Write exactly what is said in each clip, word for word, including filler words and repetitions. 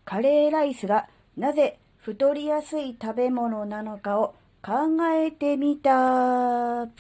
カレーライスがなぜ太りやすい食べ物なのかを考えてみた。あ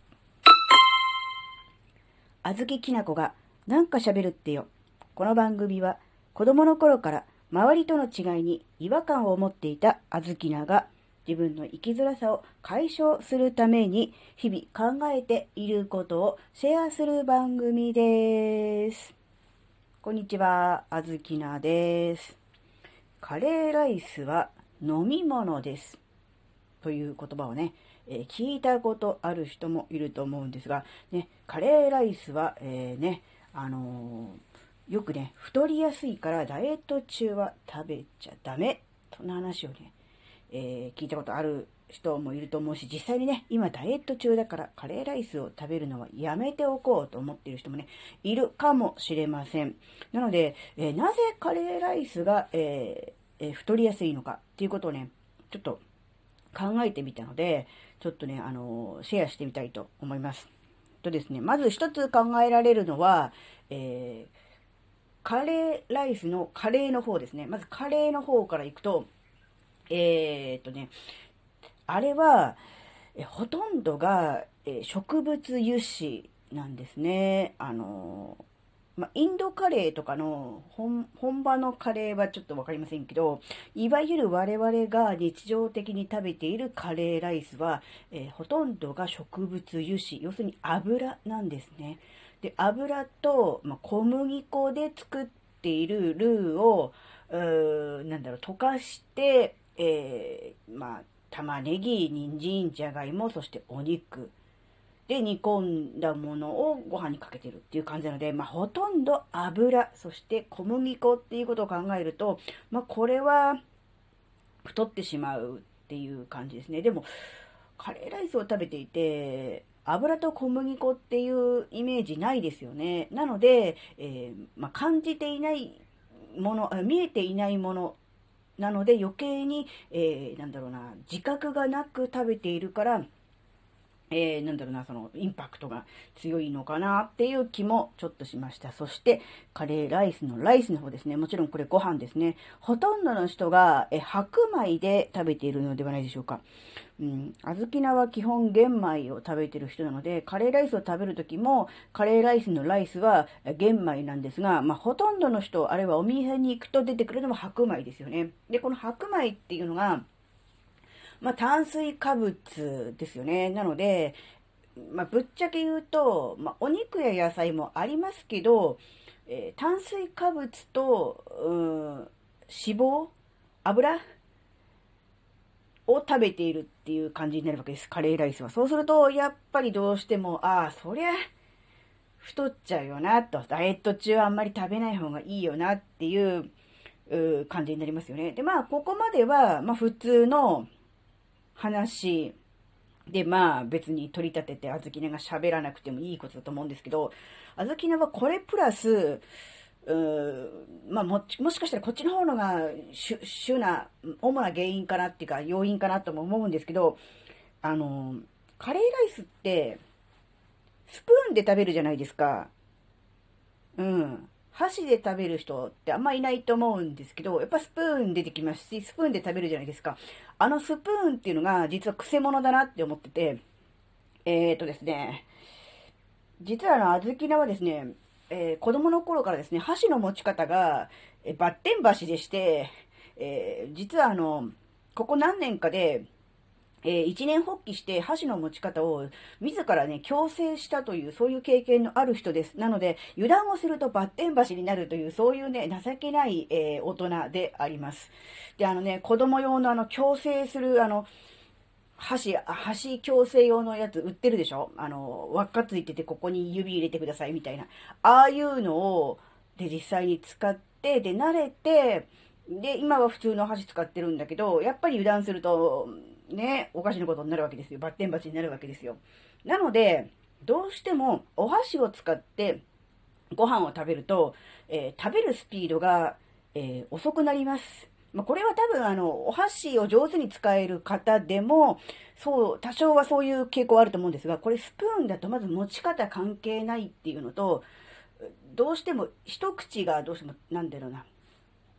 ずききなこがなんか喋るってよ。この番組は子供の頃から周りとの違いに違和感を持っていたあずきなが自分の生きづらさを解消するために日々考えていることをシェアする番組です。こんにちは、あずきなです。カレーライスは飲み物ですという言葉をね、えー、聞いたことある人もいると思うんですが、ね、カレーライスは、えー、ね、あのー、よくね、太りやすいからダイエット中は食べちゃダメとの話をね、えー、聞いたことある人もいると思うし、実際にね、今ダイエット中だからカレーライスを食べるのはやめておこうと思っている人もね、いるかもしれません。なので、えー、なぜカレーライスが、えーえー、太りやすいのかっていうことをね、ちょっと考えてみたので、ちょっとね、あのー、シェアしてみたいと思います。とですね、まず一つ考えられるのは、えー、カレーライスのカレーの方ですね。まずカレーの方からいくと、えー、っとね、あれは、えほとんどが、え植物油脂なんですね。あのまあ、インドカレーとかの本本場のカレーはちょっとわかりませんけど、いわゆる我々が日常的に食べているカレーライスは、えーほとんどが植物油脂、要するに油なんですね。で、油と、まあ、小麦粉で作っているルーを、うーなんだろう、溶かして、えーまあ、玉ねぎ、人参、じゃがいも、そしてお肉で煮込んだものをご飯にかけてるっていう感じなので、まあ、ほとんど油、そして小麦粉っていうことを考えると、まあ、これは太ってしまうっていう感じですね。でも、カレーライスを食べていて、油と小麦粉っていうイメージないですよね。なので、えーまあ、感じていないもの、見えていないものなので余計に、えー、なんだろうな、自覚がなく食べているから、えー、なんだろうな、そのインパクトが強いのかなっていう気もちょっとしました。そして、カレーライスのライスの方ですね。もちろんこれご飯ですね。ほとんどの人が、え白米で食べているのではないでしょうか。うん、小豆菜は基本玄米を食べてる人なので、カレーライスを食べるときも、カレーライスのライスは玄米なんですが、まあ、ほとんどの人、あるいはお店に行くと出てくるのも白米ですよね。で、この白米っていうのが、まあ、炭水化物ですよね。なので、まあ、ぶっちゃけ言うと、まあ、お肉や野菜もありますけど、えー炭水化物と、うーん、脂肪油を食べているっていう感じになるわけです。カレーライスは。そうすると、やっぱりどうしても、ああ、そりゃ、太っちゃうよな、と。ダイエット中はあんまり食べない方がいいよなっていう、う感じになりますよね。で、まあ、ここまでは、まあ、普通の話で、まあ別に取り立ててあずきねが喋らなくてもいいことだと思うんですけど、あずきねはこれプラス、うーまあも、もしかしたらこっちの方のが主主な、主な原因かなっていうか要因かなとも思うんですけど、あの、カレーライスってスプーンで食べるじゃないですか。うん。箸で食べる人ってあんまいないと思うんですけど、やっぱスプーン出てきますし、スプーンで食べるじゃないですか。あのスプーンっていうのが実は癖者だなって思ってて、えーとですね、実はあの、小豆菜はですね、えー子供の頃からですね、箸の持ち方が、えーバッテン箸でして、えー実はあの、ここ何年かで、えー一年発起して箸の持ち方を自らね、強制したという、そういう経験のある人です。なので、油断をするとバッテン箸になるという、そういうね、情けない、えー大人であります。で、あのね、子供用のあの、強制する、あの、箸、箸矯正用のやつ売ってるでしょ、あの、輪っかついててここに指入れてくださいみたいな。ああいうのを、で、実際に使って、で、慣れて、で、今は普通の箸使ってるんだけど、やっぱり油断すると、ね、おかしなことになるわけですよ。バッテン鉢になるわけですよ。なので、どうしてもお箸を使ってご飯を食べると、えー食べるスピードが、えー遅くなります。まあ、これは多分あの、お箸を上手に使える方でも、そう、多少はそういう傾向あると思うんですが、これスプーンだとまず持ち方関係ないっていうのと、どうしても一口がどうしても、なんだろうな、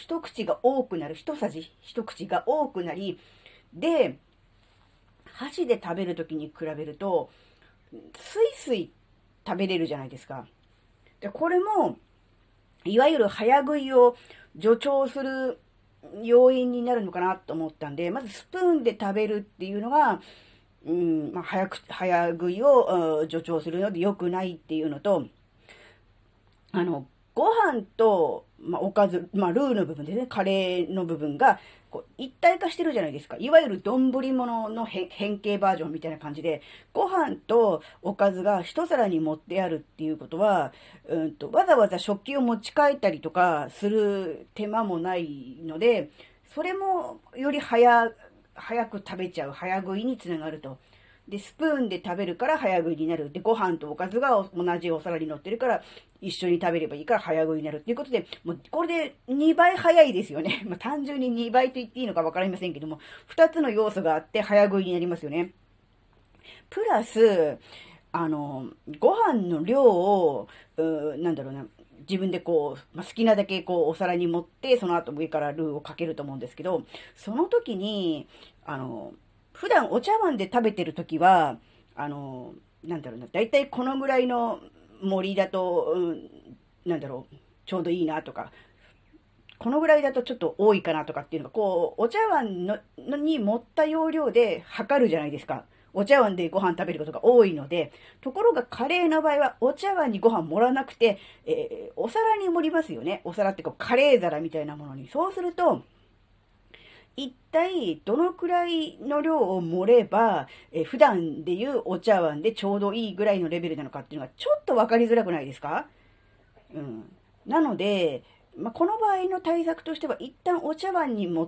一口が多くなる、一さじ一口が多くなり、で、箸で食べるときに比べると、スイスイ食べれるじゃないですか。で、これも、いわゆる早食いを助長する要因になるのかなと思ったんで、まずスプーンで食べるっていうのが、うん、まあ、早く、早食いを助長するので良くないっていうのと、あの、ご飯と、まあ、おかず、まあ、ルーの部分ですね、カレーの部分が、こう、一体化してるじゃないですか。いわゆる丼物の変形バージョンみたいな感じで、ご飯とおかずが一皿に盛ってあるっていうことは、うんと、わざわざ食器を持ち帰ったりとかする手間もないので、それもより早、早く食べちゃう、早食いにつながると。で、スプーンで食べるから早食いになる。で、ご飯とおかずが同じお皿に乗ってるから、一緒に食べればいいから早食いになるっていうことで、もうこれでにばい早いですよね。まあ、単純ににばいと言っていいのかわかりませんけども、ふたつの要素があって早食いになりますよね。プラス、あの、ご飯の量を、うなんだろうな、自分でこう、まあ、好きなだけこうお皿に盛って、その後上からルーをかけると思うんですけど、その時に、あの、普段お茶碗で食べてる時は、あの、なんだろうな、だいたいこのぐらいの盛りだと、うん、なんだろう、ちょうどいいなとか、このぐらいだとちょっと多いかなとかっていうのが、こう、お茶碗ののに盛った要領で測るじゃないですか。お茶碗でご飯食べることが多いので、ところがカレーの場合はお茶碗にご飯盛らなくて、えー、お皿に盛りますよね。お皿ってこうカレー皿みたいなものに。そうすると、一体どのくらいの量を盛れば、えー、普段でいうお茶碗でちょうどいいぐらいのレベルなのかっていうのがちょっとわかりづらくないですか？うん。なので、まあ、この場合の対策としては、一旦お茶碗に盛って、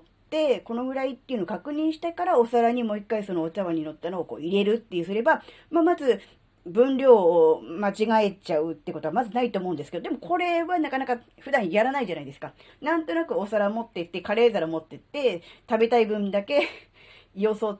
このぐらいっていうのを確認してから、お皿にもう一回そのお茶碗に乗ったのをこう入れるっていうすれば、まあ、まず、分量を間違えちゃうってことはまずないと思うんですけど、でもこれはなかなか普段やらないじゃないですか。なんとなくお皿持ってって、カレー皿持ってって、食べたい分だけよそって、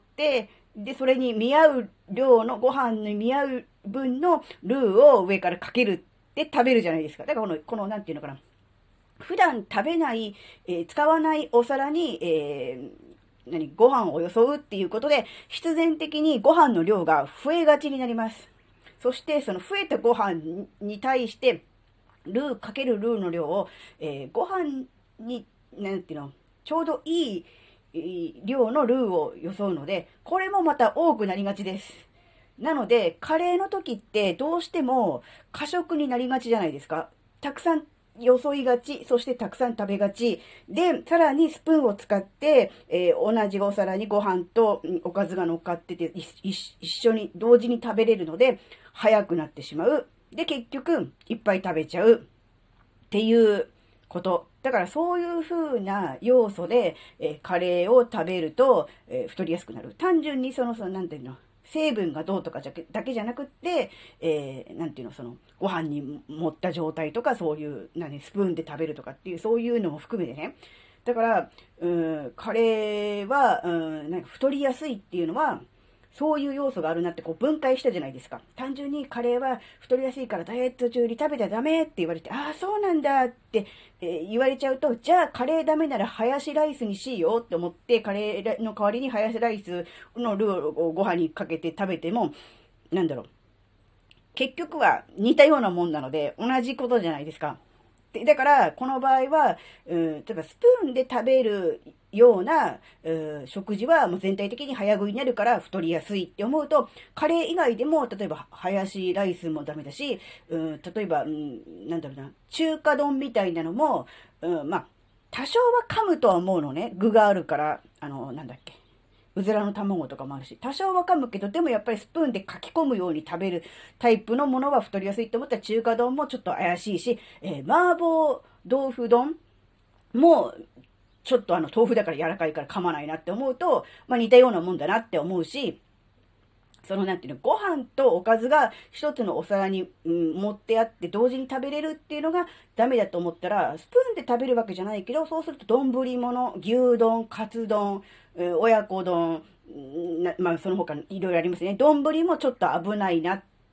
で、それに見合う量のご飯に見合う分のルーを上からかけるで食べるじゃないですか。だからこの、この、なんていうのかな。普段食べない、えー、使わないお皿に、えー、何、ご飯をよそうっていうことで、必然的にご飯の量が増えがちになります。そして、その増えたご飯に対して、ルーかけるルーの量を、えー、ご飯に、なんていうの、ちょうどいい、えー、量のルーをよそうので、これもまた多くなりがちです。なので、カレーの時ってどうしても過食になりがちじゃないですか。たくさんよそいがち、そしてたくさん食べがち。で、さらにスプーンを使って、えー、同じお皿にご飯とおかずが乗っかってて、一緒に同時に食べれるので、早くなってしまう。で、結局、いっぱい食べちゃう。っていうこと。だからそういう風な要素で、えー、カレーを食べると、えー、太りやすくなる。単純にその、その、なんていうの、成分がどうとかじゃだけじゃなくって、えー、なんていうの、その、ご飯に盛った状態とか、そういう、何、スプーンで食べるとかっていう、そういうのも含めてね。だから、うん、カレーは、うん、なんか太りやすいっていうのは、そういう要素があるなってこう分解したじゃないですか。単純にカレーは太りやすいからダイエット中に食べちゃダメって言われて、ああ、そうなんだって、えー、言われちゃうと、じゃあカレーダメならハヤシライスにしようって思って、カレーの代わりにハヤシライスのルーをご飯にかけて食べても、なんだろう。結局は似たようなもんなので、同じことじゃないですか。でだから、この場合は、うん、例えばスプーンで食べるような、うん、食事はもう全体的に早食いになるから太りやすいって思うと、カレー以外でも、例えば、ハヤシライスもダメだし、うん、例えば、うん、なんだろうな、中華丼みたいなのも、うん、まあ、多少は噛むとは思うのね。具があるから、あの、なんだっけ。うずらの卵とかもあるし、多少は噛むけど、でもやっぱりスプーンでかき込むように食べるタイプのものは太りやすいと思ったら中華丼もちょっと怪しいし、えー、麻婆豆腐丼もちょっとあの豆腐だから柔らかいから噛まないなって思うと、まあ似たようなもんだなって思うし、そのなんていうの、ご飯とおかずが一つのお皿に、うん、持ってあって同時に食べれるっていうのがダメだと思ったら、スプーンで食べるわけじゃないけど、そうすると丼物、牛丼、カツ丼、親子丼、まあその他いろいろありますね。丼もちょっと危ないな、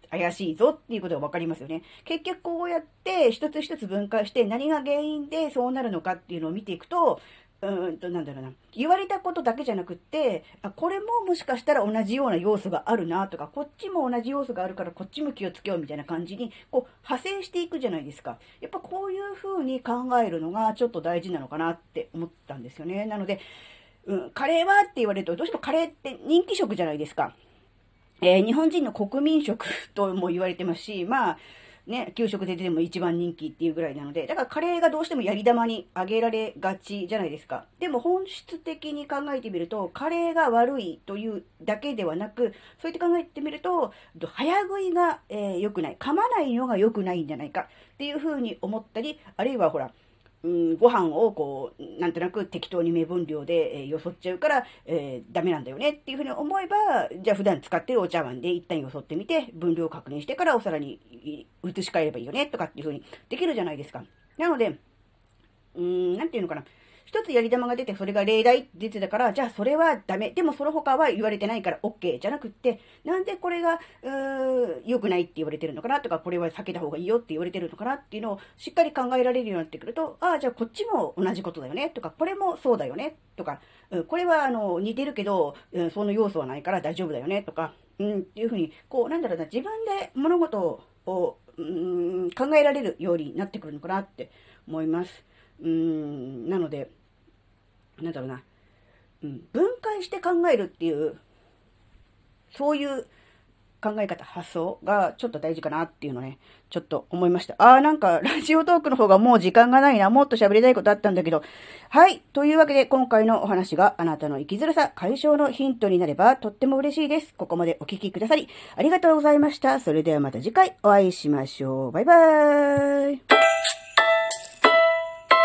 怪しいぞっていうことがわかりますよね。結局こうやって一つ一つ分解して何が原因でそうなるのかっていうのを見ていくと、うーんと、なんだろうな。言われたことだけじゃなくって、あ、これももしかしたら同じような要素があるなとか、こっちも同じ要素があるからこっちも気をつけようみたいな感じに、こう、派生していくじゃないですか。やっぱこういう風に考えるのがちょっと大事なのかなって思ったんですよね。なので、うん、カレーはって言われると、どうしてもカレーって人気食じゃないですか。えー、日本人の国民食とも言われてますし、まあ、ね、給食ででも一番人気っていうぐらいなので、だからカレーがどうしてもやり玉に挙げられがちじゃないですか。でも本質的に考えてみると、カレーが悪いというだけではなく、そうやって考えてみると、早食いが、えー、良くない。噛まないのが良くないんじゃないかっていうふうに思ったり、あるいはほら、うん、ご飯をこう、なんとなく適当に目分量で、えー、よそっちゃうから、えー、ダメなんだよねっていうふうに思えば、じゃあ普段使ってるお茶碗で一旦よそってみて、分量確認してからお皿に移し替えればいいよねとかっていうふうにできるじゃないですか。なので、うーん、なんていうのかな。一つやり玉が出て、それが例題って出てたから、じゃあそれはダメ。でもその他は言われてないから OK じゃなくって、なんでこれが、うーん、良くないって言われてるのかなとか、これは避けた方がいいよって言われてるのかなっていうのをしっかり考えられるようになってくると、ああ、じゃあこっちも同じことだよねとか、これもそうだよねとか、うん、これはあの似てるけど、うん、その要素はないから大丈夫だよねとか、うん、っていうふうに、こう、なんだろうな、自分で物事を、うん、考えられるようになってくるのかなって思います。うーん、なので、なんだろうな、うん、分解して考えるっていう、そういう考え方、発想がちょっと大事かなっていうのね、ちょっと思いました。あーなんか、ラジオトークの方がもう時間がないな、もっと喋りたいことあったんだけど。はい。というわけで、今回のお話があなたの生きづらさ解消のヒントになればとっても嬉しいです。ここまでお聞きくださり、ありがとうございました。それではまた次回お会いしましょう。バイバーイ。